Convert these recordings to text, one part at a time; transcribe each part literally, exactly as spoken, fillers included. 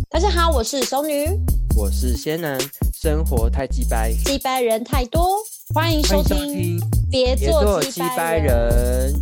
大家好，我是熟女， 我是仙男，生活太鸡掰， 鸡掰人太多，欢迎收听，别做鸡掰人。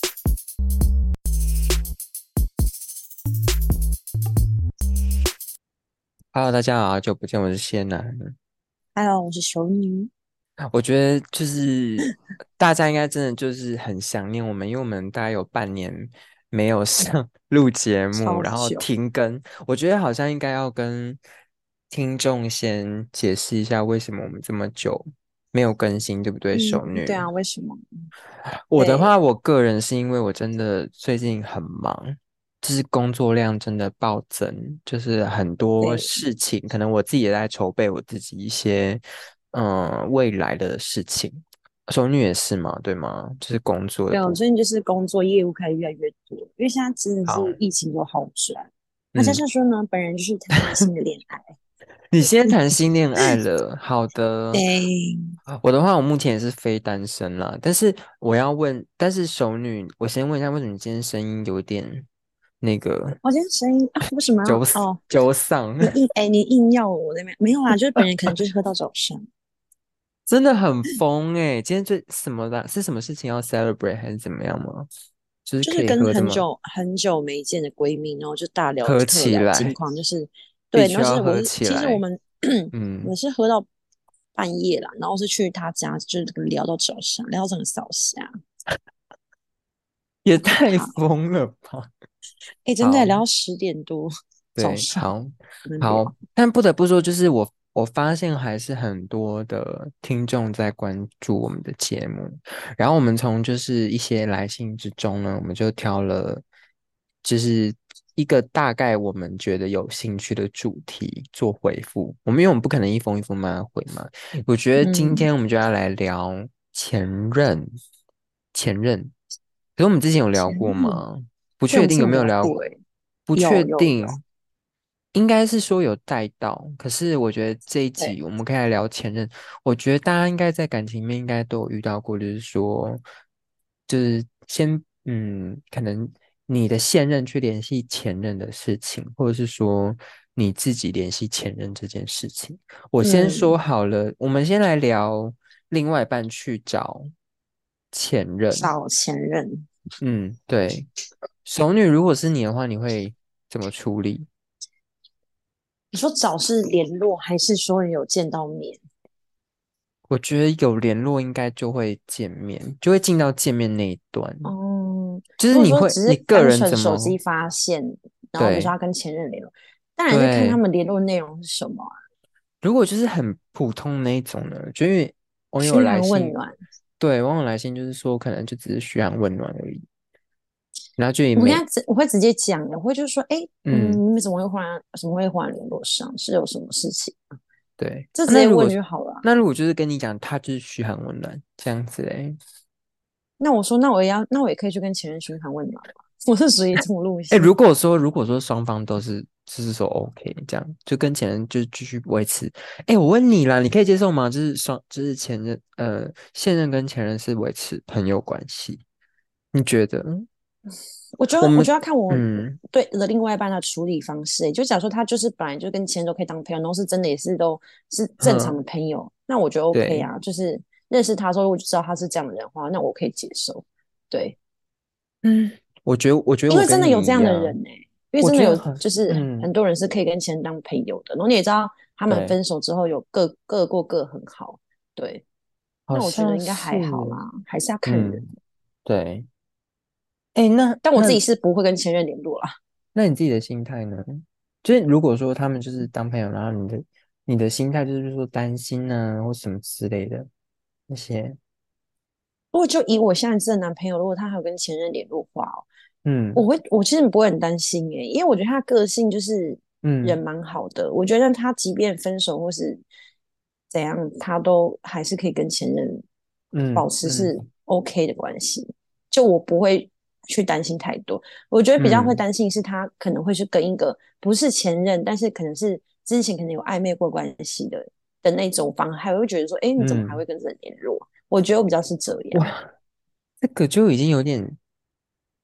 Hello，大家好，好久不见，我是仙男。 Hello，我是熟女。 我觉得就是大家应该真的就是很想念我们，因为我们大概有半年没有上录节目，然后超久。 停更。我觉得好像应该要跟听众先解释一下，为什么我们这么久没有更新，对不对，熟嗯，对女？ 啊，为什么？ 我的话， 对我个人是因为我真的最近很忙，就是工作量真的暴增，就是很多对， 事情，可能我自己也在筹备我自己一些嗯、呃未来的事情。熟女也是嘛，对吗？就是工作的对，我部分。 最近就是工作业务开始越来越多，因为现在真的是好， 疫情有好转。那加嗯， 上说呢，本人就是谈了新的恋爱。 你先谈新恋爱了，好的。 对， 我的话，我目前也是非单身啦，但是我要问，但是熟女，我先问一下，为什么你今天声音有点那个？ 我今天声音啊，为什么要酒哦？ 酒嗓， 你硬哎，你硬要我那边没有啦，就是本人可能就是喝到早上。 真的很疯诶、今天最什么的？是什么事情要 celebrate 还是怎么样吗？就是可以就是跟喝这么很久很久没见的闺蜜，然后就大聊喝特聊近起来， 况，就是对， 必须要喝然后是我是起来。 其实我们我嗯， 是喝到半夜啦，然后是去她家，就是聊到早上，聊到整个扫瞎， 也好可太怕。 疯了吧！ 哎，真的好， 聊到十点多早对， 上， 好， 不能好， 聊。 但不得不说，就是我我发现还是很多的听众在关注我们的节目，然后我们从就是一些来信之中呢，我们就挑了就是一个大概我们觉得有兴趣的主题做回复。我们因为我们不可能一封一封慢慢回嘛，我觉得今嗯， 天我们就要来聊前任，前任。可是我们之前有聊前任， 过吗？不对，我确定有们之前有没有聊过， 聊过，哎， 不确有有有， 定，应该是说有带到。可是我觉得这一对， 集我们可以来聊前任。我觉得大家应该在感情里面应该都有遇到过，就是说，就是先嗯，可能你的现任去联系前任的事情，或者是说你自己联系前任这件事情。我先说嗯， 好了，我们先来聊另外一半去找前任。 找前任。 嗯，对。熟女，如果是你的话，你会怎么处理？ 你说找是联络，还是说有见到面？ 我觉得有联络应该就会见面，就会进到见面那一段。 哦， 就是你会， 如果说只是你个单人怎么纯手机发现，然后比如说对他跟前任联络，当然是看他对？ 们联络内容是什么啊， 如果就是很普通那一种呢，就因为网友嘘来信， 寒问暖。 对，网友来信就是说，可能就只是嘘寒问暖而已，然后就也没我跟他直我会直接讲，我会就是说，哎，嗯， 嗯， 你们怎么会忽然怎么会忽然联络上？是有什么事情？ 对。 这直接那如果问就好了啊。 那如果就是跟你讲，他就是嘘寒问暖这样子嘞， 那我说，那我也要，那我也可以去跟前任嘘寒问暖嘛。我是属于这种路哎， 线。 如果说如果说双方都是就是说 OK，这样就跟前任就继续维持。哎，我问你啦，你可以接受吗？就是双就是前任呃现任跟前任是维持朋友关系，你觉得？ 我觉得，我我们就要看我嗯对的另外一半的处理方式。就假如说他就是本来就跟前任都可以当朋友，然后是真的也是都是正常哼的朋友，那我觉得 OK 对啊。就是认识他之后，我就知道他是这样的人的话，那我可以接受。对， 嗯，我觉得我觉得因为我跟你真的有这样的人一样， 呢、欸因为我真的有觉得很就是嗯很多人是可以跟前任当朋友的，然后你也知道他们对， 分手之后有各各过各很好。对， 好像那我觉得应该还好是啦，还是要看人。 嗯对。哎，那但我自那己是不会跟前任联络啦。 那你自己的心态呢？就是如果说他们就是当朋友，然后你的你的心态就是说担心啊，或什么之类的那些， 如果就以我现在这个男朋友，如果他还有跟前任联络的话哦， 嗯我会，我其实不会很担心诶，因为我觉得他个性就是人嗯蛮好的。我觉得他即便分手或是怎样，他都还是可以跟前任保嗯嗯持是 OK 的关系。就我不会去担心太多。我觉得比较会嗯担心是他可能会是跟一个不是前任，但是可能是之前可能有暧昧过关系的的那种方，还会觉得说，哎，你怎么还会嗯， 跟这人联络？我觉得我比较是这样。 哇，这个就已经有点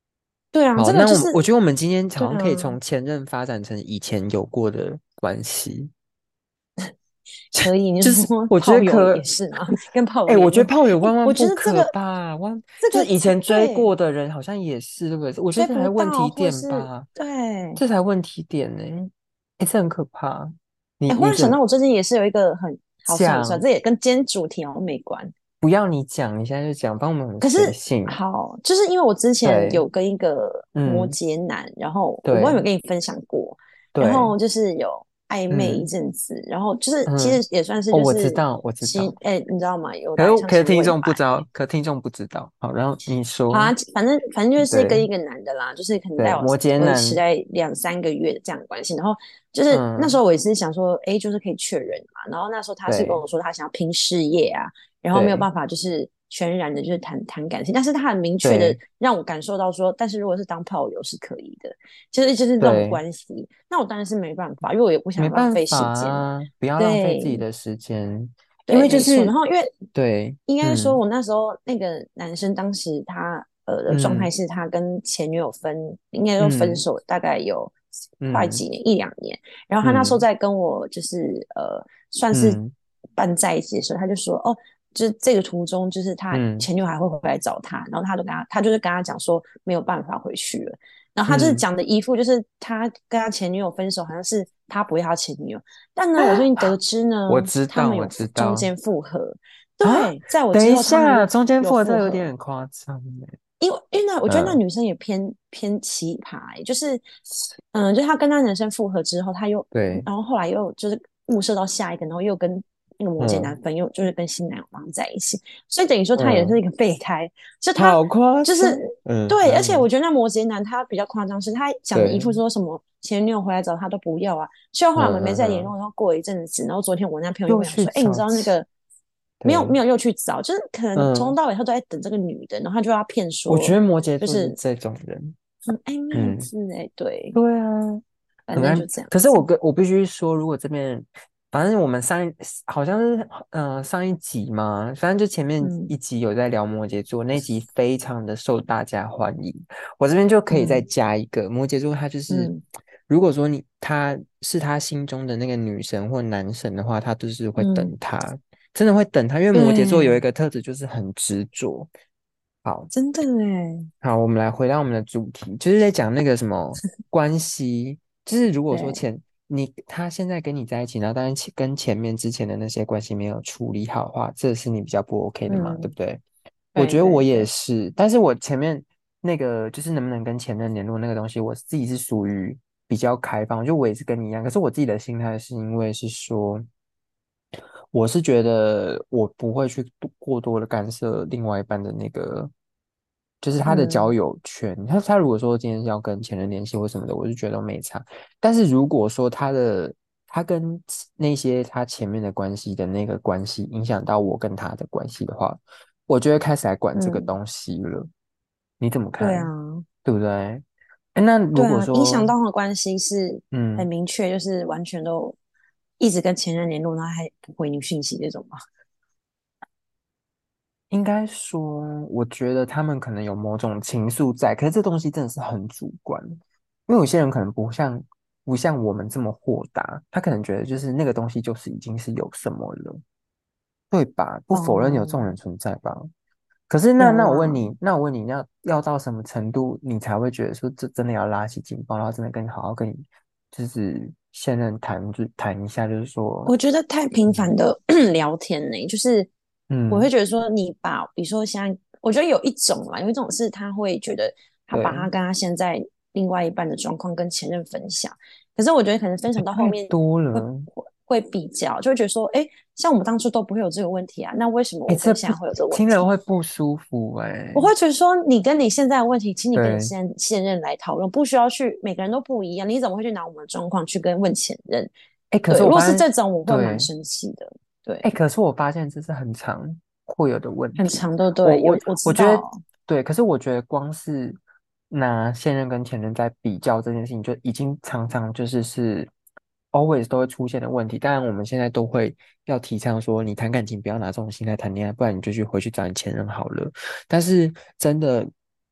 对啊， 好，那我这个就是们我觉得我们今天好对啊， 像可以从前任发展成以前有过的关系， 可以。你就是说我觉炮友得可， 也是吗？跟炮友哎、我联络， 觉得炮友哎，我觉万万不得这个可吧，万就是以这个才前追过对， 的人好像也是，对不对？我觉得追这才是问不到， 题或是点吧， 对。 这才问题点呢、哎、这很可怕。你哎，忽你怎么然想到，我最近也是有一个很好，算了算了， 讲？ 这也跟今天主题好像没关。 不要你讲，你现在就讲，帮我们很可是随性。 好，就是因为我之前对， 有跟一个摩嗯， 羯男，然后我不知道有没有对跟你分享过，然对， 后就是有暧昧一嗯阵子，然后就是其嗯， 实也算是哦， 就是我知道，我知道。 情，哎，你知道吗？有可是打上可是听情未满。 众不知道，可听众不知道。好，然后你说， 好啊，反正反正就是跟对一个男的啦，就是可能带对， 我摩羯维持男， 在两三个月的这样的关系，然后就是那时嗯， 候我也是想说，哎，就是可以确认嘛，然后那时候他是跟对我说他想要拼事业啊，然后没有对办法就是全然的就是谈谈感情，但是他很明确的对让我感受到说，但是如果是当炮友是可以的，就是就是这种对， 关系，那我当然是没办法，因为我也不没想浪费办法时间， 啊，不要浪费自己对， 的时间，因对，没错。 为就是然后因为对， 应该说， 嗯我那时候那个男生当时他呃的状态嗯是他跟前女友分，应该说分嗯手大概有快嗯几年，一两年。然后他那时候嗯在跟我就是呃算是嗯半在一起的时候，他就说哦，就是这个途中就是他嗯前女友还会回来找他，然后他就跟他他就是跟他讲说没有办法回去了。然后他就是嗯， 讲的一副就是他跟他前女友分手，好像是他不要他前女友，但呢，我最近得知我呢， 知道，我他们有知道中间复合。 啊。 对，在我等之后他们一下， 又中间有复合这有复合， 点夸张哎。 因为因为那我觉得那嗯， 女生也偏偏奇葩、欸，就是嗯，就她跟那男生复合之后，她又对， 然后后来又就是物色到下一个，然后又跟那个摩羯男嗯分，又就是跟新男友忙在一起，所以等于说他也是嗯， 一个备胎，就他好夸就是张。嗯， 对，而且然后呢？ 我觉得那摩羯男他比较夸张，是他讲的一副对， 说什么前女友回来找他都不要啊，结果后来我嗯们没嗯嗯， 再联络，然后过了一阵子，然后昨天我那朋友又又跟我讲说，哎、你知去找其， 道那个没有对， 没有又去找，就是可能从头嗯， 到尾他都在等这个女的，然后他就要骗说， 我觉得摩羯就是座是这种人。 很暧昧嗯， 之哎，对， 对啊， 反很爱。 正就这样可是我子， 跟我必须说，如果这边，反正我们上一好像是呃上一集嘛，反正就前面嗯一集有在聊摩羯座，那集非常的受大家欢迎。我这边就可以再嗯加一个摩羯座，他就是， 嗯如果说你他是他心中的那个女神或男神的话，他就是会等嗯， 他，真的会等他，因为摩羯座有一对， 个特质就是很执着。好， 真的哎， 好，我们来回到我们的主题，就是在讲那个什么关系，就是如果说对， 前你他现在跟你在一起，然后当然前跟前面之前的那些关系没有处理好的话，这是你比较不 OK 的嘛，对不嗯， 对？我对觉得我对对， 也是，但是我前面那个就是能不能跟前任联络那个东西，我自己是属于比较开放，就我也是跟你一样，可是我自己的心态是因为是说。我是觉得我不会去多过多的干涉另外一半的那个，就是他的交嗯友圈。他他如果说今天要跟前任联系或什么的，我就觉得没差。但是如果说他的他跟那些他前面的关系的那个关系影响到我跟他的关系的话，我就会开始来管这个嗯， 东西了。你怎么对啊看？对不对？哎，那如果对啊，影响说， 到的关系是很嗯。 明确，就是完全都一直跟前任联络，然后还不回你讯息这种嘛。 应该说，我觉得他们可能有某种情愫在，可是这东西真的是很主观，因为有些人可能不像不像我们这么豁达，他可能觉得就是那个东西就是已经是有什么了，对吧？不否认有这种哦， 人存在吧？可是那有啦， 那我问你，那我问你，要要到什么程度，你才会觉得说这真的要拉起警报，然后真的跟你好好跟你就是现任谈就谈一下，就是说， 我觉得太频嗯繁的聊天呢、就是我会嗯， 觉得说，你把比如说现在，我觉得有一种啦，有一种是他会觉得他把他对， 跟他现在另外一半的状况跟前任分享，可是我觉得可能分享到后太面会多了。 会会比较，就会觉得说，哎，像我们当初都不会有这个问题啊，那为什么哎， 我这不跟现在会有这个问题？ 听了会不舒服哎、 我会觉得说，你跟你现在的问题，请你跟你对， 现现任来讨论，不需要去每个人都不一样，你怎么会去拿我们的状况去跟问前任？ 哎，可是对，如果我发现， 是这种，我会蛮对， 生气的。对， 哎，可是我发现这是很常会有的问题。 很长，对不对？有我我我知我觉得道， 对，可是我觉得光是拿现任跟前任在比较这件事情，就已经常常就是是 always 都会出现的问题。当然，我们现在都会要提倡说，你谈感情不要拿这种心态谈恋爱，不然你就去回去找你前任好了。但是真的。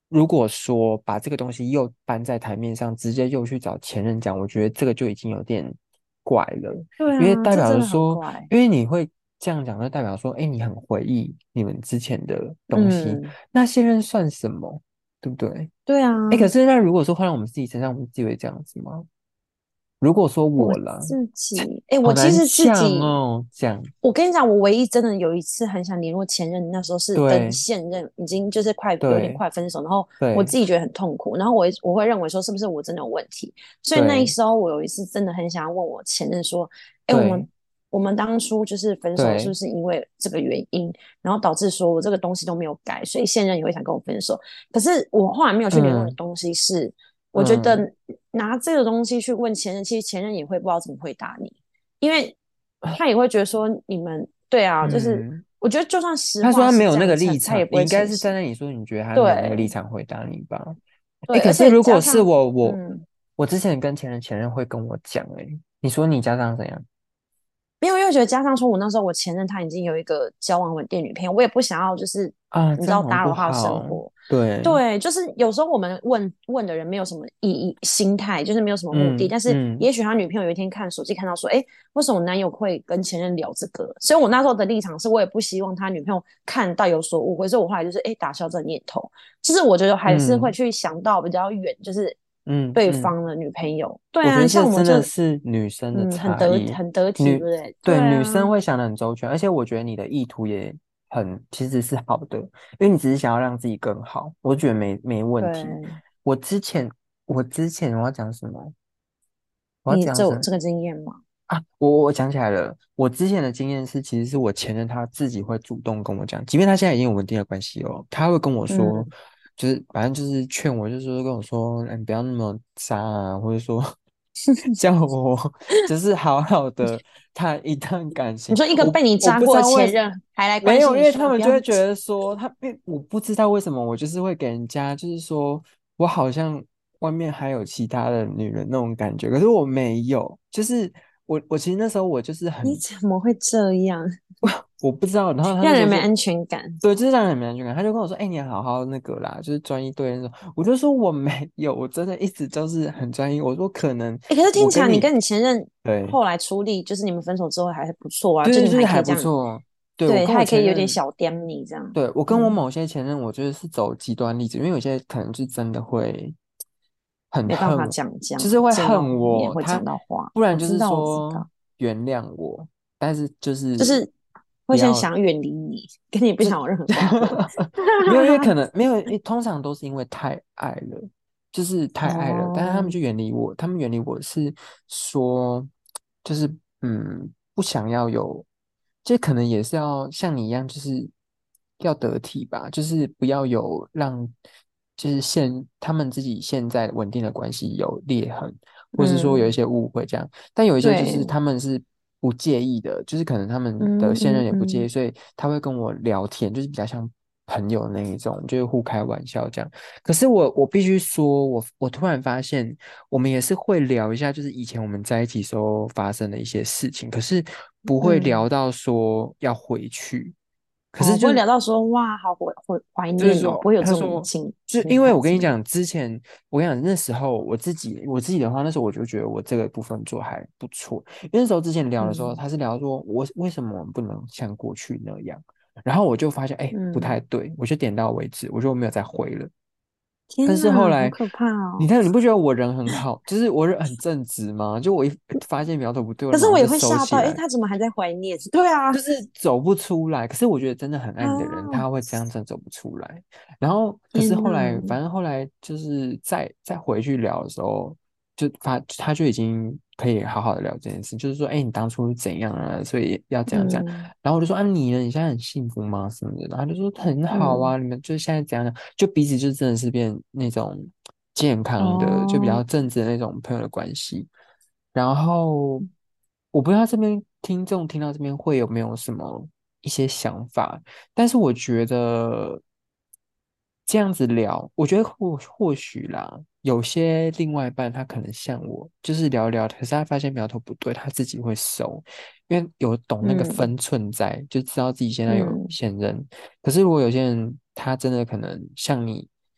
如果说把这个东西又搬在台面上，直接又去找前任讲，我觉得这个就已经有点怪了， 对啊， 因为代这真的很表着说， 怪。 因为你会这样讲，就代表说，哎，你很回忆你们之前的东西， 嗯， 那现任算什么，对不对？ 对啊， 哎，可是那如果说换到我们自己身上，我们自己会这样子吗？如果说我我啦， 自己，哎， 好难我其实自己， 讲哦，讲我跟你讲，我唯一真的有一次很想联络前任，那时候是跟对现任已经就是快有点对快分手，然后我对自己觉得很痛苦，然后我我会认为说是不是我真的有问题，所以那一对时候我有一次真的很想要问我前任说，哎，我们对我们当初就是分手是不对， 是因为这个原因，然后导致说我这个东西都没有改，所以现任也会想跟我分手，可是我后来没有去联络的嗯东西是。我觉嗯。 得拿这个东西去问前任，其实前任也会不知道怎么回答你，因为他也会觉得说你们对啊，就是嗯， 我觉得就算实他说话他没有那个实讲成， 立场， 他也不会你应该是诚实。 站在你说你觉得他没有那个立对场回答你吧？哎， 对， 可而且是如果是加上我，我嗯， 我之前跟前任前任会跟我讲，哎，你说你家长怎样没有，因为觉得加上说我那时候我前任他已经有一个交往稳定女朋友，我也不想要就是啊？ 你知道这样好像不打扰他的生好。 活。 对， 对，就是有时候我们问问的人没有什么意义心态，就是没有什么目的， 嗯但是嗯也许他女朋友有一天看手机看到说，哎，为什么我男友会跟前任聊这个？所以我那时候的立场是我也不希望他女朋友看到有所误会，所以我后来就是哎打消这个念头。就是我觉得还是会嗯去想到比较远，就是嗯嗯， 对方的女朋友。对啊， 我觉得这像我们就真的是女生的嗯很得差异， 很得体，对不女对？对对女啊， 生会想得很周全，而且我觉得你的意图也很其实是好的，因为你只是想要让自己更好，我觉得没没问题。 对， 我之前我之前我要讲什么？我要你讲什么这有这个经验吗？ 啊？我我想起来了，我之前的经验是，其实是我前任他自己会主动跟我讲，即便他现在已经有稳定的关系哦，他会跟我说， 嗯， 就是反正就是劝我，就是说跟我说，哎，你不要那么渣啊，或者说叫我就是好好的谈一段感情。 你说一个我被你我不知渣过的道为什前任还来关没有，因为心你说，不要他们就会觉得说，他因我不知道为什么我就是会给人家就是说我好像外面还有其他的女人那种感觉，可是我没有，就是我我其实那时候我就是你很怎么会这样， 我不知道，然后他那时候就让人没安全感？ 对，就是让人没安全感，他就跟我说，哎、你好好那个啦，就是专一对人。我就说我没有，我真的一直都是很专一。我说可能哎，可是听起我跟你来你跟你前任对后来处理，就是你们分手之后还是不错啊， 对对， 就你们就是还还可以这样， 不错。对，我对， 跟我他还可以有点前任， 小掂你这样， 对，我跟我嗯， 某些前任，我觉得是走极端例子，因为有些可能是真的会很没办法恨， 讲这样， 就是会见到面恨我，他会讲到话， 不然就是我知道，我知说道， 原谅我，但是就是就是会先不要。 想远离你，跟你不就想有任何瓜葛。 没有，因为可能没有，因为通常都是因为太爱了，就是太爱了，但是他们哦， 就远离我，他们远离我是说，就是嗯，不想要有，这可能也是要像你一样，就是要得体吧，就是不要有让，就是现他们自己现在稳定的关系有裂痕，或是说有一嗯， 些误会这样。但有一些就是对， 他们是不介意的，就是可能他们的嗯现任也不介意， 嗯嗯， 所以他会跟我聊天，就是比较像朋友那一种，就是互开玩笑这样。可是我我必须说，我我突然发现，我们也是会聊一下，就是以前我们在一起时候发生的一些事情，可是不会聊嗯， 到说要回去。可是哦，不会就是聊到说哇，好怀怀怀念哦， 就是说， 不会有这种他说， 情就因为情怀是吗？ 我跟你讲，之前我跟你讲，那时候我自己我自己的话，那时候我就觉得我这个部分做还不错，因为那时候之前聊的时候， 嗯他是聊说我为什么我们不能像过去那样，然后我就发现，哎，不太嗯， 对，我就点到为止，我就没有再回了。但天哪，好是后来， 可怕哦！ 你看，你不觉得我人很好，就是我人很正直吗？就我一发现苗头不对，我可是我也马上就会吓到，哎， 收起来。 他怎么还在怀念？对啊， 就是走不出来。可是我觉得真的很爱你的人， 啊， 他会这样真的走不出来。然后，可是天哪， 后来，反正后来就是再再回去聊的时候，就发他就已经可以好好的聊这件事，就是说，哎，你当初是怎样啊？所以要这样这样。 嗯然后我就说啊，你呢？你现在很幸福吗？什么的？然后他就说很好嗯， 啊，你们就是现在怎样的，就彼此就真的是变那种健康的，就比哦， 较正直的那种朋友的关系。然后我不知道这边听众听到这边会有没有什么一些想法，但是我觉得这样子聊，我觉得或或许啦，有些另外一半他可能像我，就是聊一聊，可是他发现苗头不对，他自己会收，因为有懂那个嗯分寸在，就知道自己现在有嗯现任。可是如果有些人他真的可能像你。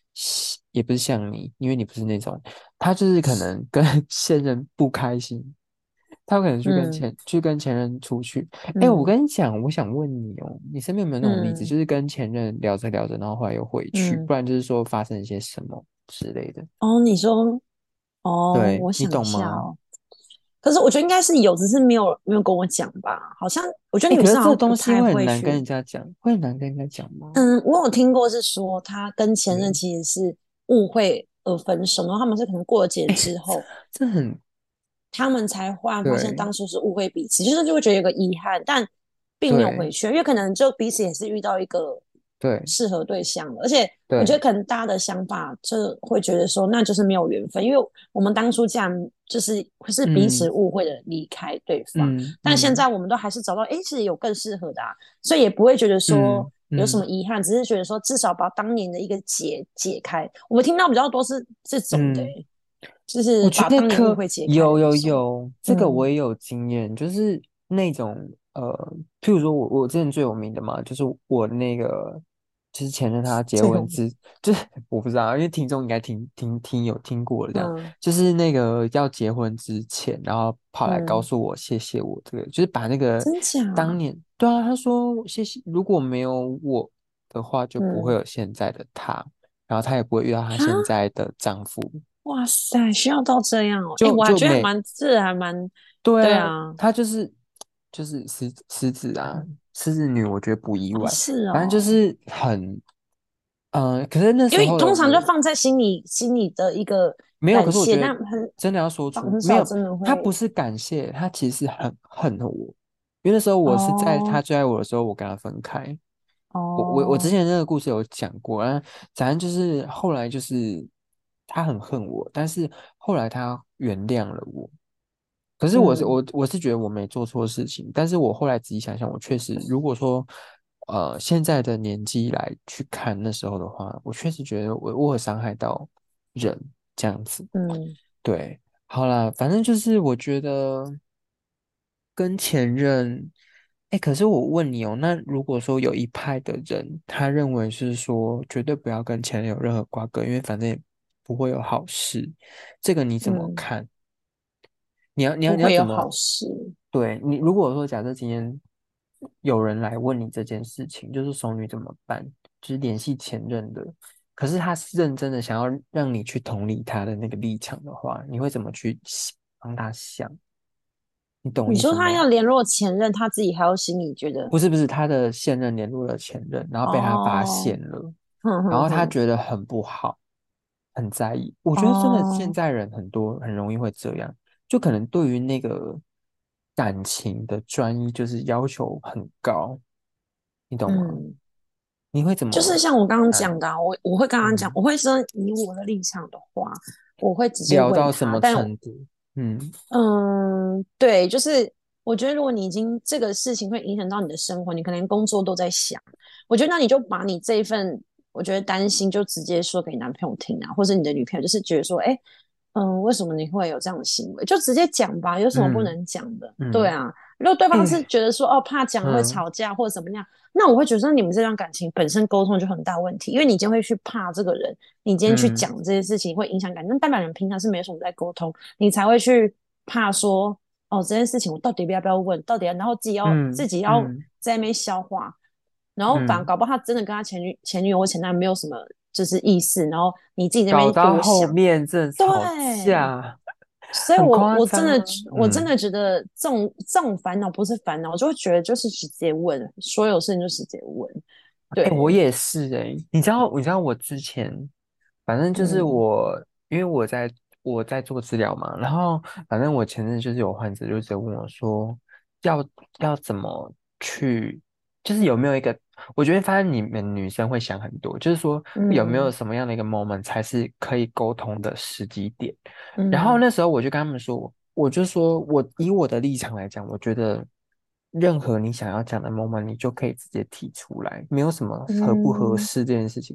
也不是像你，因为你不是那种，他就是可能跟现任不开心，他有可能去跟嗯前去跟前任出去。哎，我嗯跟你讲，我想问你哦，你身边有没有那种例子， 嗯就是跟前任聊着聊着，然后后来又回去， 嗯， 不然就是说发生一些什么之类的？ 哦，你说，哦， 对，你我想一懂吗？ 下哦。可是我觉得应该是有，只是没有没有跟我讲吧。好像我觉得哎，可是女生好这东西像不太会很难跟会去。 人家讲，会很难跟人家讲吗？ 嗯，我有听过是说他跟前任对， 其实是误会而分手，然后他们是可能过了几年哎， 之后， 这这很他们才忽然发现对当初是误会彼此，就是就会觉得有个遗憾，但并没有回对去，因为可能就彼此也是遇到一个对适合对象了，而且我觉得对， 可能大家的想法就会觉得说，那就是没有缘分，因为我们当初这样就是是彼此嗯误会的离开对方，但现在嗯嗯我们都还是找到，哎，其实有更适合的啊，所以也不会觉得说嗯有什么嗯遗憾，只是觉得说至少把当年的一个结解开。我们听到比较多是这种的， 嗯。 诶就是我觉把当年误得可会解开的有有那种。 有，这个我嗯， 也有经验，就是那种呃，譬如说我我之前最有名的嘛，就是我那个就是前任他结最后， 婚之，就是我不知道，因为听众应该听听听有听过的这样， 嗯就是那个要结婚之前，然后跑来告嗯， 诉我谢谢我这个，就是把那个真假？ 当年对啊，他说谢谢，如果没有我的话，就不会嗯， 有现在的他，然后他也不会遇到他哈， 现在的丈夫。 哇塞，需要到这样哦？哎，我还就就没觉得还蛮，这还蛮， 对啊， 对啊， 她就是就是狮狮子啊，狮子女，我觉得不意哦外。反正就是哦， 是很，嗯、可是那时因为通常就候的我放在心里心里的一个没有，可感谢， 是我觉得但很真的要说出很没有， 少真的会他不是感谢，他其实很恨我，因为那时候我是在他哦最爱我的时候，我跟他分开。我我我之哦， 前那个故事有讲过，啊，反正就是后来就是他很恨我，但是后来他原谅了我。可是我是嗯我我是觉得我没做错事情，但是我后来仔细想想，我确实如果说呃现在的年纪来去看那时候的话，我确实觉得我我有伤害到人这样子。 嗯， 对，好啦，反正就是我觉得跟前任，哎，可是我问你哦，那如果说有一派的人，他认为是说绝对不要跟前任有任何瓜葛，因为反正也不会有好事，这个你怎么嗯， 看？你要你要不会有好你要怎么？ 事。 对你，如果说假设今天有人来问你这件事情，就是熟女怎么办，就是联系前任的，可是他是认真的想要让你去同理他的那个立场的话，你会怎么去想帮他想？你懂你说意思吗？ 他要联络前任，他自己还要心里觉得不是不是，他的现任联络了前任，然后被他发哦， 现了， 哼然后他哼哼， 觉得很不好，很在意。我觉得真的现哦， 在人很多很容易会这样，就可能对于那个感情的专一，就是要求很高，你懂吗？ 嗯。 你会怎就是么像我刚刚看？ 讲的啊我我会刚刚讲， 嗯， 我会说以我的立场的话，我会直接聊问他。 到什么但程度？嗯嗯，对，就是我觉得如果你已经这个事情会影响到你的生活，你可能工作都在想，我觉得那你就把你这一份我觉得担心就直接说给你男朋友听啊，或者你的女朋友，就是觉得说，哎，嗯，为什么你会有这样的行为？就直接讲吧，有什么不嗯能讲的？对嗯， 啊，如果对方是哎， 觉得说，哦，怕讲了会嗯吵架或者怎么样，那我会觉得说你们这段感情本身沟通就很大问题，因为你今天会去怕这个人，你今天去嗯讲这些事情会影响感情，那代表人平常是没什么在沟通，你才会去怕说，哦，这件事情我到底要不要问，到底要，然后自己要自嗯己要嗯在那边消化，然后反而嗯， 搞不好他真的跟他前女前女友或前男友没有什么就是意思，然后你自己在那搞边到后多想， 面真的吵对， 架， 所以很我我真的夸张啊。嗯。 我真的觉得这种这种烦恼不是烦恼，我就会觉得就是直接问，所有事情就直接问， 哎、我对， 也是哎、你知道，你知道我之前，反正就是嗯我，因为我在我在做治疗嘛，然后反正我前阵就是有患者就直接问我说，要要怎么去，就是有没有一个，我觉得发现你们女生会想很多，就是说有没有嗯什么样的一个 moment 才是可以沟通的时机点，然后嗯那时候我就跟他们说，我就说我以我的立场来讲，我觉得任何你想要讲的 moment，你就可以直接提出来，没有什么合不合嗯适这件事情。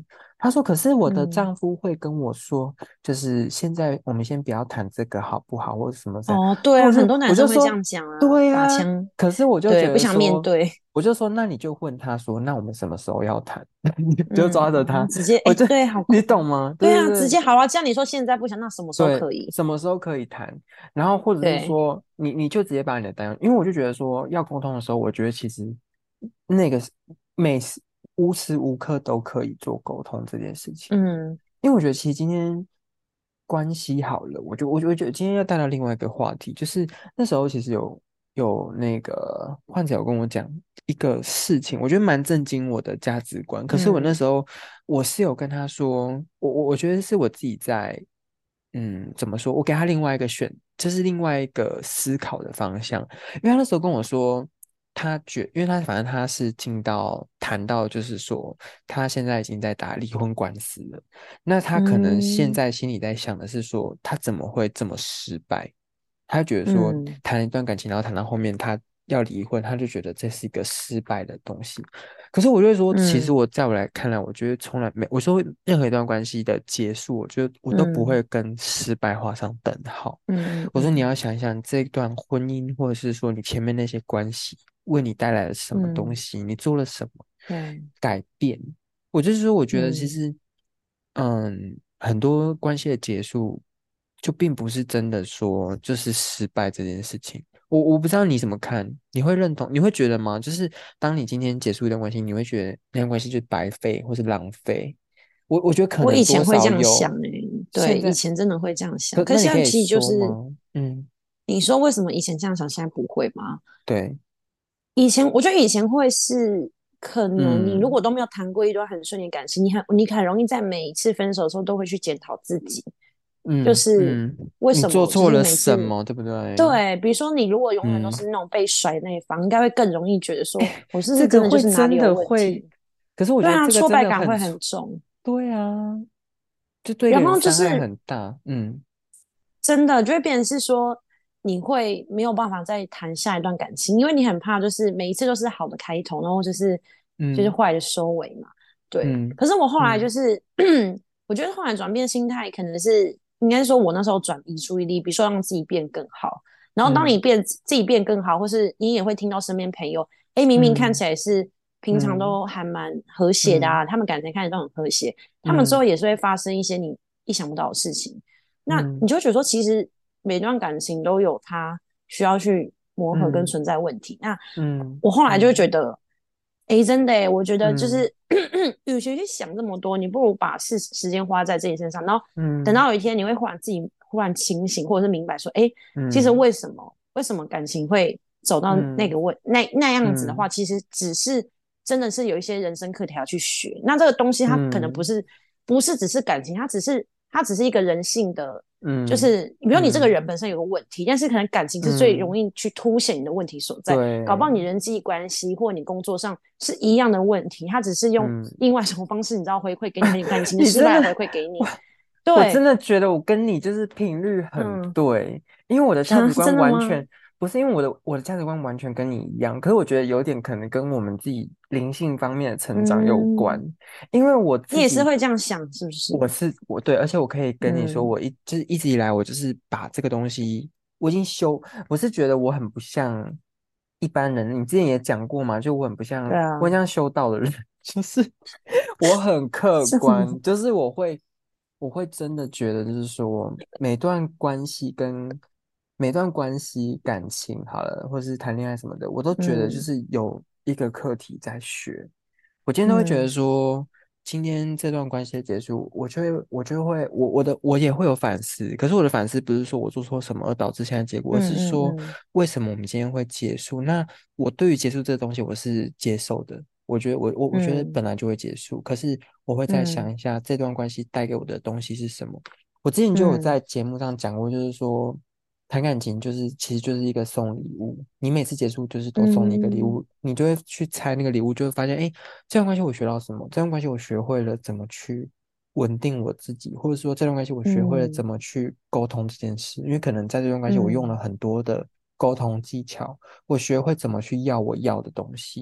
他说：“可是我的嗯， 丈夫会跟我说，就是现在我们先不要谈这个好不好，或者什么这样。” 哦，对啊， 那我就很多男生会这我就说， 样讲啊， 对呀、 打枪， 可是我就觉对，不想面得说， 对， 我就说，那你就问他说，那我们什么时候要谈？你就嗯， 抓着他， 然后直接，哎， 我就对，好你酷， 懂吗？对对啊， 对对直接好啊，这样你说现在不想，那什么时候对， 可以？ 什么时候可以谈？然后或者是对， 说，你你就直接把你的担忧，因为我就觉得说，要沟通的时候，我觉得其实那个是每时无时无刻都可以做沟通这件事情。 嗯因为我觉得其实今天关系好了，我就我就我觉得今天要带到另外一个话题，就是那时候其实有有那个患者有跟我讲一个事情，我觉得蛮震惊我的价值观。可是我那嗯时候我是有跟他说，我我我觉得是我自己在。嗯，怎么说？我给他另外一个选，就是另外一个思考的方向。因为他那时候跟我说，他觉，因为他反正他是进到谈到，就是说他现在已经在打离婚官司了。那他可能现嗯在心里在想的是说，他怎么会这么失败？他觉得说嗯谈一段感情，然后谈到后面他要离婚，他就觉得这是一个失败的东西。可是我就会说，其实嗯我在我来看来，我觉得从来没，我说任何一段关系的结束，我觉得我都不嗯会跟失败画上等号。 嗯我说你嗯要想一想，这段婚姻，或者是说你前面那些关系，为你带来了什么东嗯， 西，你做了什么对， 改变？我就是说，我觉得其嗯， 实，嗯，很多关系的结束，就并不是真的说就是失败这件事情。我我不知道你怎么看，你会认同？你会觉得吗？就是当你今天结束一段关系，你会觉得那段关系就是白费或是浪费？我我觉得可我以能多前会这样想少有， 诶、对，以现在前真的会这样想， 可可是那你可以现在其实就是说吗？嗯， 你说为什么以前这样想，现在不会吗？ 对， 以前我觉得以前会是，可能你如嗯果都没有谈过一段很顺利的感情，你很你很容易在每一次分手的时候都会去检讨自己，就嗯是嗯，你为什么就是做错了每次什么，对不对？ 对，比如说你如果永远都嗯， 是那种被甩的那一方，应该会更容易觉得说我是不是真这个的就是哪里会真有问的会， 题？ 可是我对啊， 觉得这个挫真的败感会很错， 很重， 对啊，就对一个然人伤害后就是很大。嗯真的就会变成是说，你会没有办法再谈下一段感情，因为你很怕就是每一次都是好的开头，然后就是就是嗯坏的收尾嘛。对， 嗯可是我后来就嗯是，我觉得后来转变心态，可能是应该说，我那时候转移注意力，比如说让自己变更好。然后当你嗯变自己变更好，或是你也会听到身边朋友，哎，明明看嗯起来是平常嗯都还蛮和谐的啊， 嗯他们感情看起来都很和谐，他们之后嗯也是会发生一些你意想不到的事情。那你嗯就会觉得说，其实每段感情都有它需要去磨合跟嗯存在问题。那嗯我后来就会觉嗯得，哎，真的诶，我觉得就嗯是，与其去想这么多，你不如把事时间花在自己身上，然后等嗯到有一天你会忽然自己忽然清醒，或者是明白说，哎，其实嗯为什么为什么感情会走到那嗯个问那那样子的话， 嗯其实只是真的是有一些人生课题要去学。那这个东西它可能不嗯是不是只是感情，它只是它只是一个人性的。就嗯是，比如你这个嗯人本身有个问题，但是可能感情是最容嗯， 易去凸显你的问题所在。搞不好你对， 人际关系或你工作上是一样的问题，他只是用嗯， 另外一种方式，你知道回馈给你，很感情的你真的， 失败回馈给你。 哇，我真对， 的觉得我跟你就是频率很嗯， 对，因为我的价值观真的吗？ 完全不是因为我的我的价值观完全跟你一样，可是我觉得有点可能跟我们自己灵性方面的成长有关， 嗯， 因为我你也是自己会这样想，是不是？ 我是我对，而且我可以跟你说， 嗯我一就是一直以来我就是把这个东西我已经修，我是觉得我很不像一般人，你之前也讲过嘛，就我很不像对啊， 我很像修道的人，就是我很客什么？ 观，就是我会，我会真的觉得，就是说，每段关系跟每段关系感情好了，或是谈恋爱什么的，我都觉得就嗯是有一个课题在学。我今天都会觉得嗯说，今天这段关系的结束，我就会，我就会，我我的我也会有反思。可是我的反思不是说我做错什么而导致现在结果，而嗯是说嗯为什么我们今天会结束？那我对于结束这个东西，我是接受的。我觉得我我我觉得嗯本来就会结束，可是我会再嗯想一下这段关系带给我的东西是什么。我之前就有嗯在节目上讲过，就是说谈感情就是其实就是一个送礼物，你每次结束就是都送你一个礼嗯物，你就会去猜那个礼物，就会发现，哎，这段关系我学到什么？这段关系我学会了怎么去稳定我自己，或者说这段关系我学会了怎嗯么去沟通这件事，因为可能在这段关系我用了嗯很多的沟通技巧，我学会怎么去要我要的东西。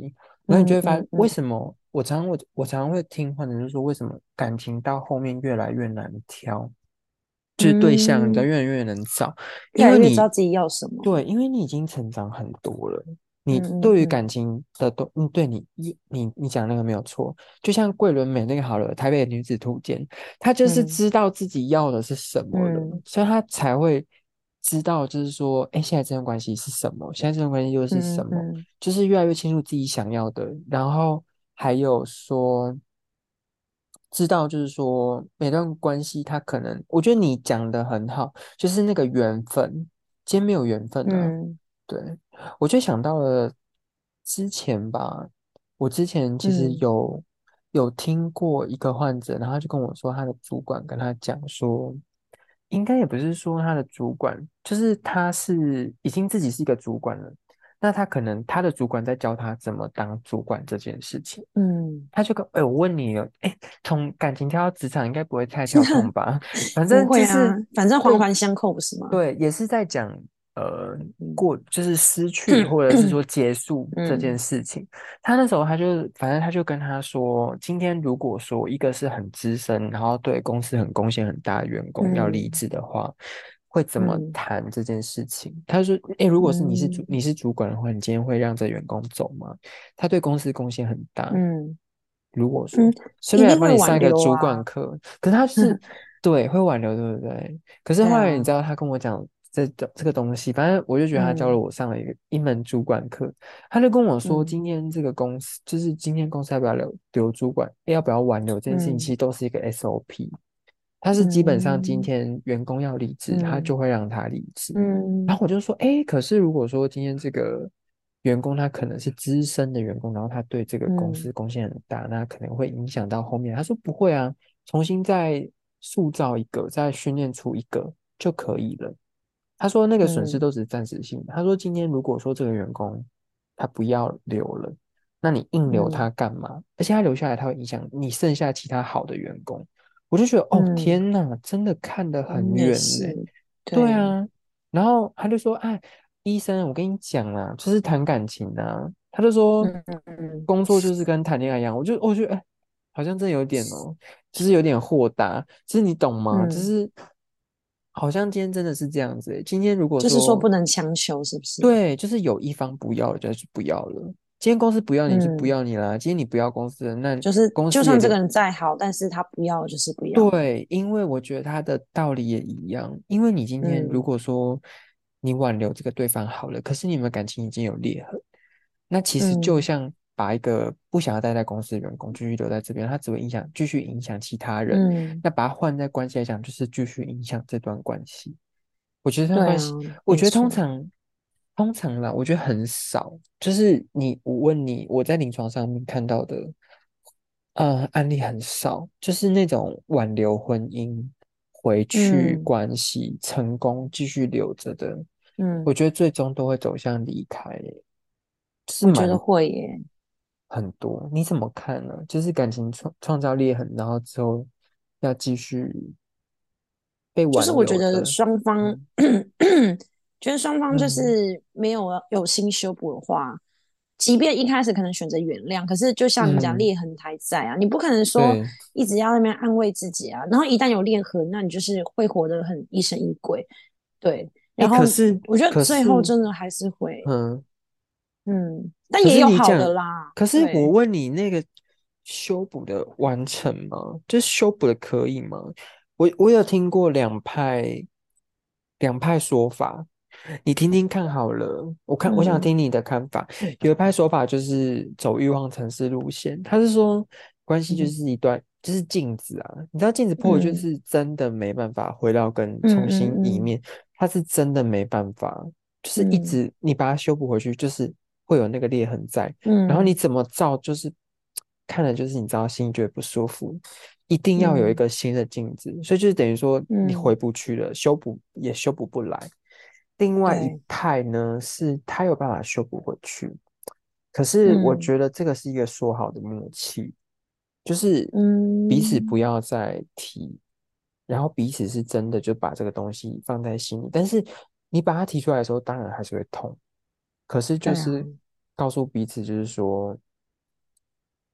然后你就嗯会发现，为嗯嗯什么我常常我我常常会听，或者是说，为什么感情到后面越来越难挑，就是对象，你知道嗯， 越来越难找， 越来因为你越知道自己要什么。 对，因为你已经成长很多了，你嗯嗯对于嗯感情的都，嗯，对你你你你讲那个没有错，就像桂纶镁那个好了，《台北女子图鉴》，她就是嗯知道自己要的是什么了， 嗯所以她才会知道，就是说，哎，现在这段关系是什么，现在这段关系又是什么， 嗯嗯就是越来越清楚自己想要的，然后还有说。知道，就是说每段关系，它可能，我觉得你讲的很好，就是那个缘分，今天没有缘分啊。 嗯对，我就想到了之前吧，我之前其实嗯有有听过一个患者，然后他就跟我说，他的主管跟他讲说，应该也不是说他的主管，就是他是已经自己是一个主管了，那他可能他的主管在教他怎么当主管这件事情。 嗯， 他就跟，哎、我问你哦，哎，从感情跳到职场应该不会太跳痛吧？反不正会啊， 就是反正环对环相扣，不是吗？ 对，也是在讲呃嗯过就是失去或者是说结束这件嗯事情。他那时候他就反正他就跟他说，今天如果说一个是很资深，然后对公司很贡献很大的员工要离嗯职的话，会怎么嗯谈这件事情？他说，哎，如果是你是主嗯你是主管的话，你今天会让这员工走吗？他对公司贡献很大。 嗯如果说嗯， 顺便来一定会挽帮你上一个主管留啊。 课，可是他是对会挽留，对不对？可是后来你对啊， 知道他跟我讲这这个东西，反正我就觉得他教了嗯我上了一个一门主管课，他就跟我说， 嗯今天这个公司就是今天公司要不要留留主管，要不要挽留这件事情，其嗯实都是一个 S O P。他是基本上今嗯天员工要离职，他嗯就会让他离职。然嗯后我就说，哎，可是如果说今天这个员工他可能是资深的员工，然后他对这个公嗯司贡献很大，那可能会影响到后面。他说不会啊，重新再塑造一个，再训练出一个就可以了。他说那个损失嗯都只是暂时性的。他说今天如果说这个员工他不要留了，那你硬留他嗯干嘛？而且他留下来，他会影响你剩下其他好的员工。我就觉得哦嗯， 天呐，真的看得很嗯也远呢。 是，对， 对啊，然后他就说：“哎，医生，我跟你讲啊，就是谈感情啊。”他就说， 嗯嗯工作就是跟谈恋爱一样。我就我觉得，哎，好像真的有点哦，就是有点豁达。就是你懂吗？就嗯， 是好像今天真的是这样子欸。今天如果就是说说不能强求，是不是？ 对，就是有一方不要了，就是不要了。今天公司不要你就不嗯， 要你啦。今天你不要公司了，那就是公司也留。 就算这个人再好，但是他不要就是不要。 对，因为我觉得他的道理也一样。因为你今天如嗯果说你挽留这个对方好了，可是你们感情已经有裂痕，那其实就嗯像把一个不想要待在公司的员工继续留在这边，他只会影响继续影响其他人。 嗯， 那把它换在关系来讲，就是继续影响这段关系。我觉得这段对啊， 关系，我觉得通没错。 常通常啦，我觉得很少。就是你，我问你，我在临床上面看到的。呃，案例很少，就是那种挽留婚姻、回去嗯关系、成功继续留着的，我嗯， 觉得最终都会走向离开耶，是我觉得蛮会耶。 很多。你怎么看呢？就是感情创创造裂痕，然后之后要继续被就是挽我觉得留的， 双方， 嗯觉得双方就嗯， 是没有有心修补的话，即便一开始可能选择原谅，可是就像你讲， 嗯， 裂痕还在啊，你不可能说对， 一直要在那边安慰自己啊，然后一旦有裂痕，那你就是会活得很疑神疑鬼，对， 哎， 然后可是我觉得可是， 最后真的还是会， 嗯。 嗯，但可是也有好的你讲， 啦， 可是我对， 问你，那个修补的完成吗？就是修补的可以吗？我我有听过两派两派说法，你听听看好了。我看我想嗯听你的看法。有一派说法就是走欲望城市路线，他是说关系就嗯是一段就是镜子啊，你知道镜子破了就嗯是真的没办法回到跟嗯重新一嗯面，它是真的没办法。就是一嗯直你把它修补回去，就是会有那个裂痕在，然后你嗯怎么照，就是看了就是你知道心里觉得不舒服，一定要有一嗯个新的镜子，所以就是等于说你回嗯， 不去了，修补也修补不来。另外一对， 派呢，是他有办法修补回去，可是我嗯觉得这个是一个说好的默契，就是彼此不嗯， 要再提，然后彼此是真的就把这个东西放在心里，但是你把它提出来的时候，当然还是会痛，可是就对啊， 是告诉彼此，就是说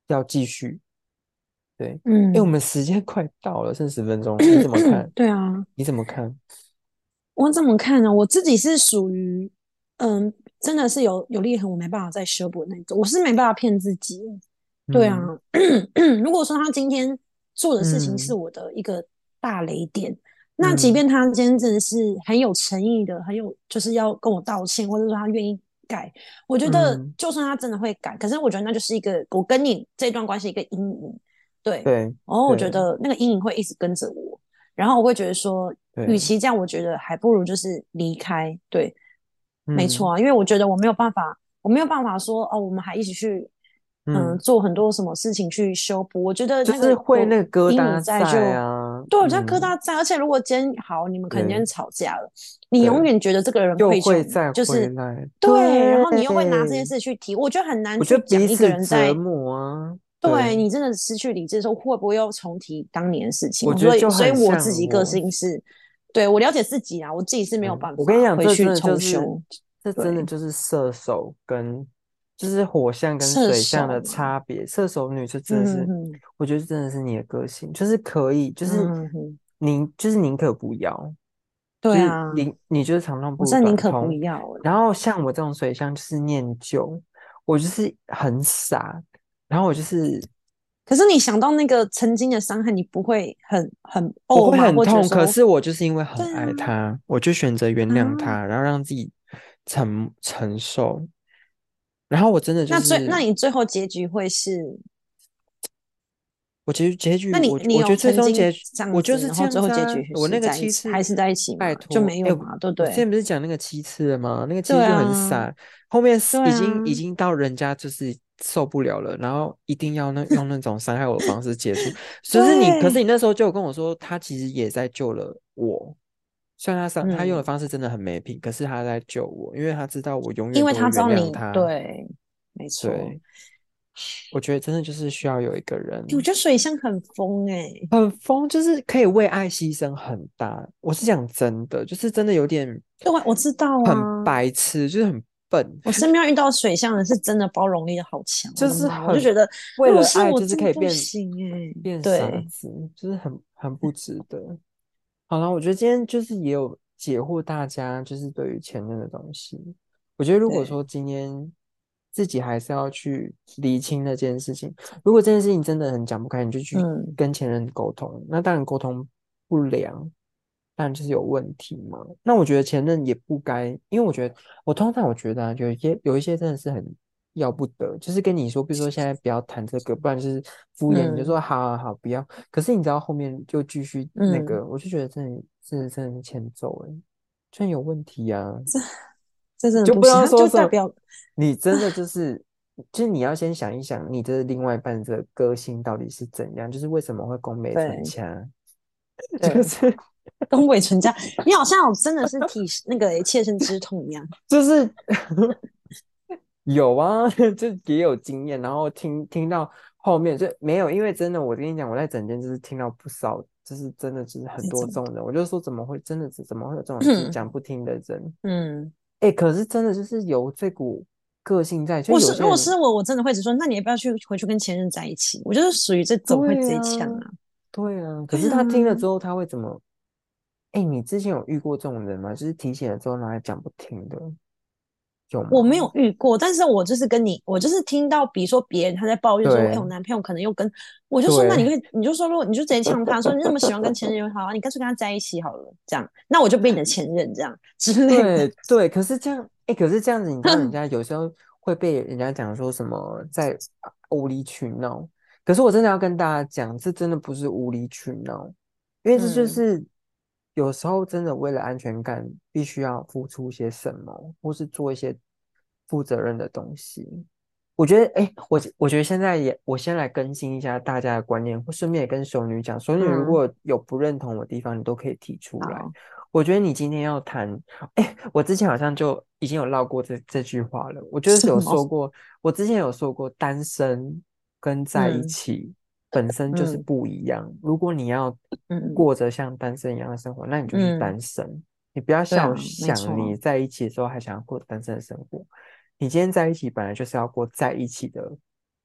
要继续。对，哎，我嗯， 们时间快到了，剩十分钟，你怎么看？ 对啊， 你怎么看？ 我怎么看呢？我自己是属于，嗯，真的是有有裂痕，我没办法再修补的那种，我是没办法骗自己。对啊， 嗯如果说他今天做的事情是嗯我的一个大雷点，那即嗯便他今天真的是很有诚意的，很有就是要跟我道歉，或者说他愿意改，我觉得嗯， 就算他真的会改，可是我觉得那就是一个我跟你这段关系一个阴影。对， 对然后我觉对得那个阴影会一直跟着我，然后我会觉得说，与对， 其这样，我觉得还不如就是离开。对，没错嗯啊，因为我觉得我没有办法，我没有办法说哦，我们还一起去，嗯， 嗯， 做很多什么事情去修补。我觉得就那个是会那有个疙阴影瘩在在就， 啊， 对，我觉得疙嗯， 瘩在。而且如果今天好，你们可能今天对吵架了，你永对， 远觉得这个人又愧疚你， 会再就是回来， 对，然后你又会拿这件对， 事去提，我觉得很难我觉去讲一个得彼此人在。 折磨啊，对， 对你真的失去理智的时候，会不会又重提当年的事情？ 我觉得所以，所以就很我自己个像我， 性是，对我了解自己啊，我自己是没有嗯， 办我跟你讲， 法回去这真的就是， 重修。 这真的对， 就是射手跟就是火象跟射水象的手嘛， 差别。射手女就真的是， 嗯哼哼， 我觉得真的是你的个性，就是可以，就是嗯哼， 宁就是宁可不要，就是对啊， 宁你就是长痛不如我真的宁可不短痛。 要哎。 然后像我这种水象就是念旧，我就是很傻，然后我就是可是你想到那个曾经的伤害，你不会很很我会怄吗？ 很痛，可或者觉得说， 是我就是因为很对啊， 爱他，我就选择原谅啊， 他，然后让自己承承受。然后我真的就那最那是， 你最后结局会是？ 我结结局， 那你你有我我觉得最曾经终结局， 这样子， 我就是这然后最样子啊。 后结局我那个是在一起， 七次， 还是在一起吗？就拜托，哎，我没有嘛，对不对？ 我之前不是讲那个七次了吗？那个其实对就很啊， 傻，后面是对啊， 已经已经到人家就是受不了了，然后一定要那用那种伤害我的方式结束。可是你，可是你对， 那时候就有跟我说，他其实也在救了我。虽然他伤，他用的嗯， 方式真的很没品，可是他在救我，因为他知道我永因为远都会原他知道你谅他。 对，没错。 对，我觉得真的就是需要有一个人我觉得水象很疯哎、 很疯，就是可以为爱牺牲很大。我是讲真的，就是真的有点对，我知道很啊， 白痴，就是很笨， 我身边遇到水象的是真的包容力好强，我就的妈！我就是很觉得为如果了爱，就是是我真的可以变不行哎、 变傻对子，就是很很不值得。好了，我觉得今天就是也有解惑大家，就是对于前任的东西。我觉得如果对， 说今天自己还是要去厘清那件事情，如果这件事情真的很讲不开，你就去嗯跟前任沟通。那当然沟通不良，当然就是有问题嘛。那我觉得前任也不该，因为我觉得我通常我觉得啊，有一些有一些真的是很要不得，就是跟你说，比如说现在不要谈这个，不然就是敷衍，你就嗯说好好好，不要。可是你知道后面就继续那嗯， 个，我就觉得真的真的真的是欠揍哎，居然有问题啊！ 这真的就不知不行，他道说什么， 就代表你真的就是，就是你要先想一想，你的另外一半的个性到底是怎样，就是为什么会宫眉唇对掐，就对是东北唇家，你好像有真的是体那个、欸、切身之痛一样。 就是有啊，就也有经验，然后听听到后面就没有，因为真的，我跟你讲，我在整间就是听到不少，就是真的就是很这种， 多这种人，我就说怎么会真的是怎么会有这种就是讲不听的人？ 嗯， 哎，可是真的就是有这股个性在，就我是有些人如果是我，我真的会只说，那你要不要去回去跟前任在一起？我就是属于这种会直对啊， 接呛啊。 对啊，可对啊， 是他听了之后他会怎么？哎，你之前有遇过这种人吗？就是提醒了之后拿来讲不听的，有我没有吗？ 遇过，但是我就是跟你，我就是听到，比如说别人他在抱怨说，哎、我对男朋友可能又跟，我就说，那你对会，你就说，如果你就直接呛他说，你那么喜欢跟前任，好啊，你干脆跟他在一起好了，这样，那我就变你的前任，这样之类的。 对对，可是这样，哎，可是这样子，你知道人家有时候会被人家讲说什么在啊无理取闹，可是我真的要跟大家讲，这真的不是无理取闹，因为这就嗯是有时候真的为了安全感，必须要付出些什么，或是做一些负责任的东西。我觉得，哎，我我觉得现在也，我先来更新一下大家的观念，或顺便也跟熟女讲，熟女如嗯， 果有不认同我的地方，你都可以提出来。 好， 我觉得你今天要谈，哎，我之前好像就已经有唠过这这句话了。我就是有什么？ 说过，我之前有说过，单身跟在一嗯起本身就是嗯不一样。如果你要嗯过着像单身一样的生活，那你就是嗯， 单身。你不要笑对啊，没错， 想你在一起的时候还想要过单身的生活。你今天在一起本来就是要过在一起的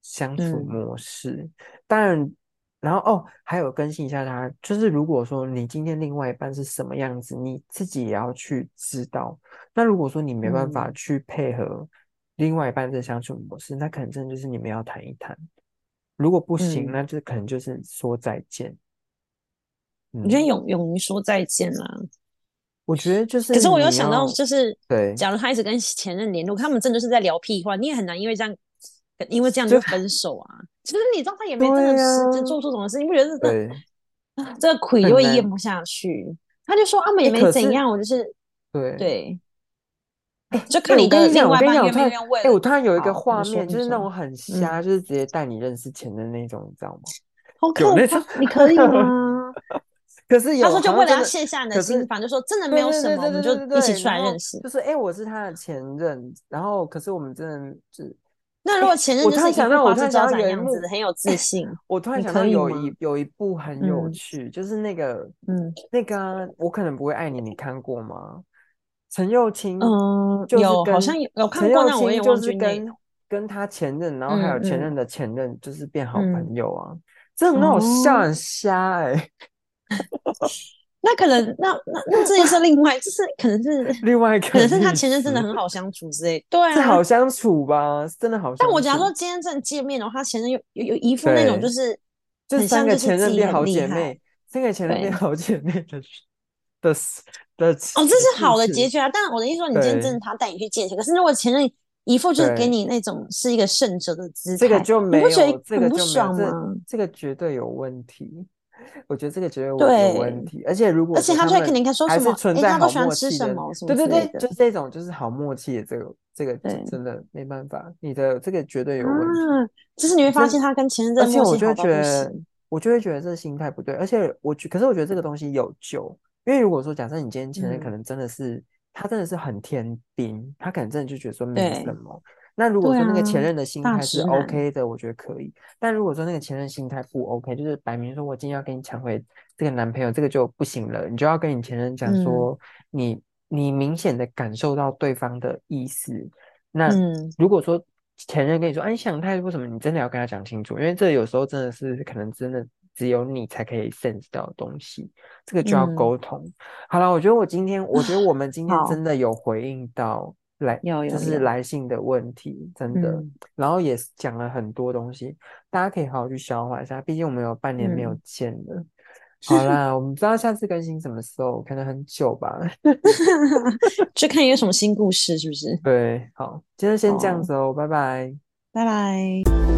相处嗯模式。当然，然后哦，还有更新一下他，就是如果说你今天另外一半是什么样子，你自己也要去知道。那如果说你没办法嗯去配合另外一半的相处模式，那可能真的就是你们要谈一谈。如果不行， 嗯， 那就可能就是说再见。 我觉得嗯， 勇勇于说再见啦。 我觉得就是可是我有想到， 你要就是对， 假如他一直跟前任联络，他们真的是在聊屁话，你也很难因为这样，因为这样就就分手啊。其实你知道他也没真的对呀、 实质做出什么事，你不觉得这对， 啊这个亏就会咽很难。 不下去？他就说啊，我们也哎， 没可是怎样，我就是对， 对， 哎哎， 就看你我跟你讲，我的另外一跟你讲，我突然， 半愿不愿意为哎， 了你我突然有一个好。你画面， 说你说， 就是那种很嗯， 瞎，就是直接带你认识前的那种，你知道吗？ 好有那种， 可怕，你可以吗？ 可是有， 他说就为了好像真的， 要卸下你的可是， 心防，就说真的没对有什么，我对对对对们就对对对， 一起出来然后认识。 就是哎，我是他的前任，然后可是我们真的就那如果哎，我前任就是一突然想到，我副花枝突然想到招展的样子， 有一幕， 很有自哎， 信， 我突然你想到有可以吗？ 一有一部很有嗯趣，就是那个嗯那个啊我可能不会爱你，你看过吗？陈幼卿嗯， 就是有好跟像有有陈看过， 幼卿就但我有点忘是跟记内容。 跟他前任，然后还有嗯嗯前任的前任，就是变好嗯， 朋友啊，这很好笑， 哦， 很瞎哎、欸。 那可能那那那这件事另外，就是可能是另外一可个能是他前任真的例子很好相处之类。对是啊， 好相处吧？是真的好但我假如说相处。 今天真的见面的话，他前任有有有一副那种就对， 是就三个很像就是自己很前任变好厉害。 姐妹，三个前任变对， 好姐妹的的的哦，这的是好的结故事。 局啊。但我的意思说，你今天真对的他带你去见钱，可是如果前任一副就是给对， 你那种是一个胜者的姿这个态，你不就没有，这觉得很不个就没有，这爽吗？ 这个绝对有问题。我觉得这个绝对有有问对， 题，而且如果而且他就会肯说他们定看说什么， 还是存诶， 在好他都喜欢默契的， 吃什么什么对对对， 之类的。 就是这种就是好默契的这个这个这对真的没办法，你的这个绝对有问题。 啊，就是你会发真， 现他跟前任真而的且我就会觉默契好到不得， 行。 我就会觉得这个心态不对，而且我觉，可是我觉得这个东西有救，因为如果说假设你今天前任可嗯， 能真的是他真的是很天兵，他可能真的就觉得说没什对么，那如果对啊， 说那个前任的心大态是直男。 OK 的，我觉得可以，但如果说那个前任心态不 OK，就是摆明说我今天要跟你抢回这个男朋友，这个就不行了，你就要跟你前任讲嗯说，你你明显的感受到对方的意思，那嗯如果说前任跟你说，哎、啊，你想太多什么，你真的要跟他讲清楚，因为这有时候真的是可能真的只有你才可以 sense 到的东西，这个就要嗯沟通。好了，我觉得我今天，我觉得我们今天好， 真的有回应到来，就是有有有， 来信的问题，真的， 嗯然后也讲了很多东西，大家可以好好去消化一下，毕竟我们有半年没有嗯， 见了。好啦，我们不知道下次更新什么时候，可能很久吧。 就看有什么新故事，是不是？ 对，好，今天先这样哦， 子哦，拜拜。 拜拜。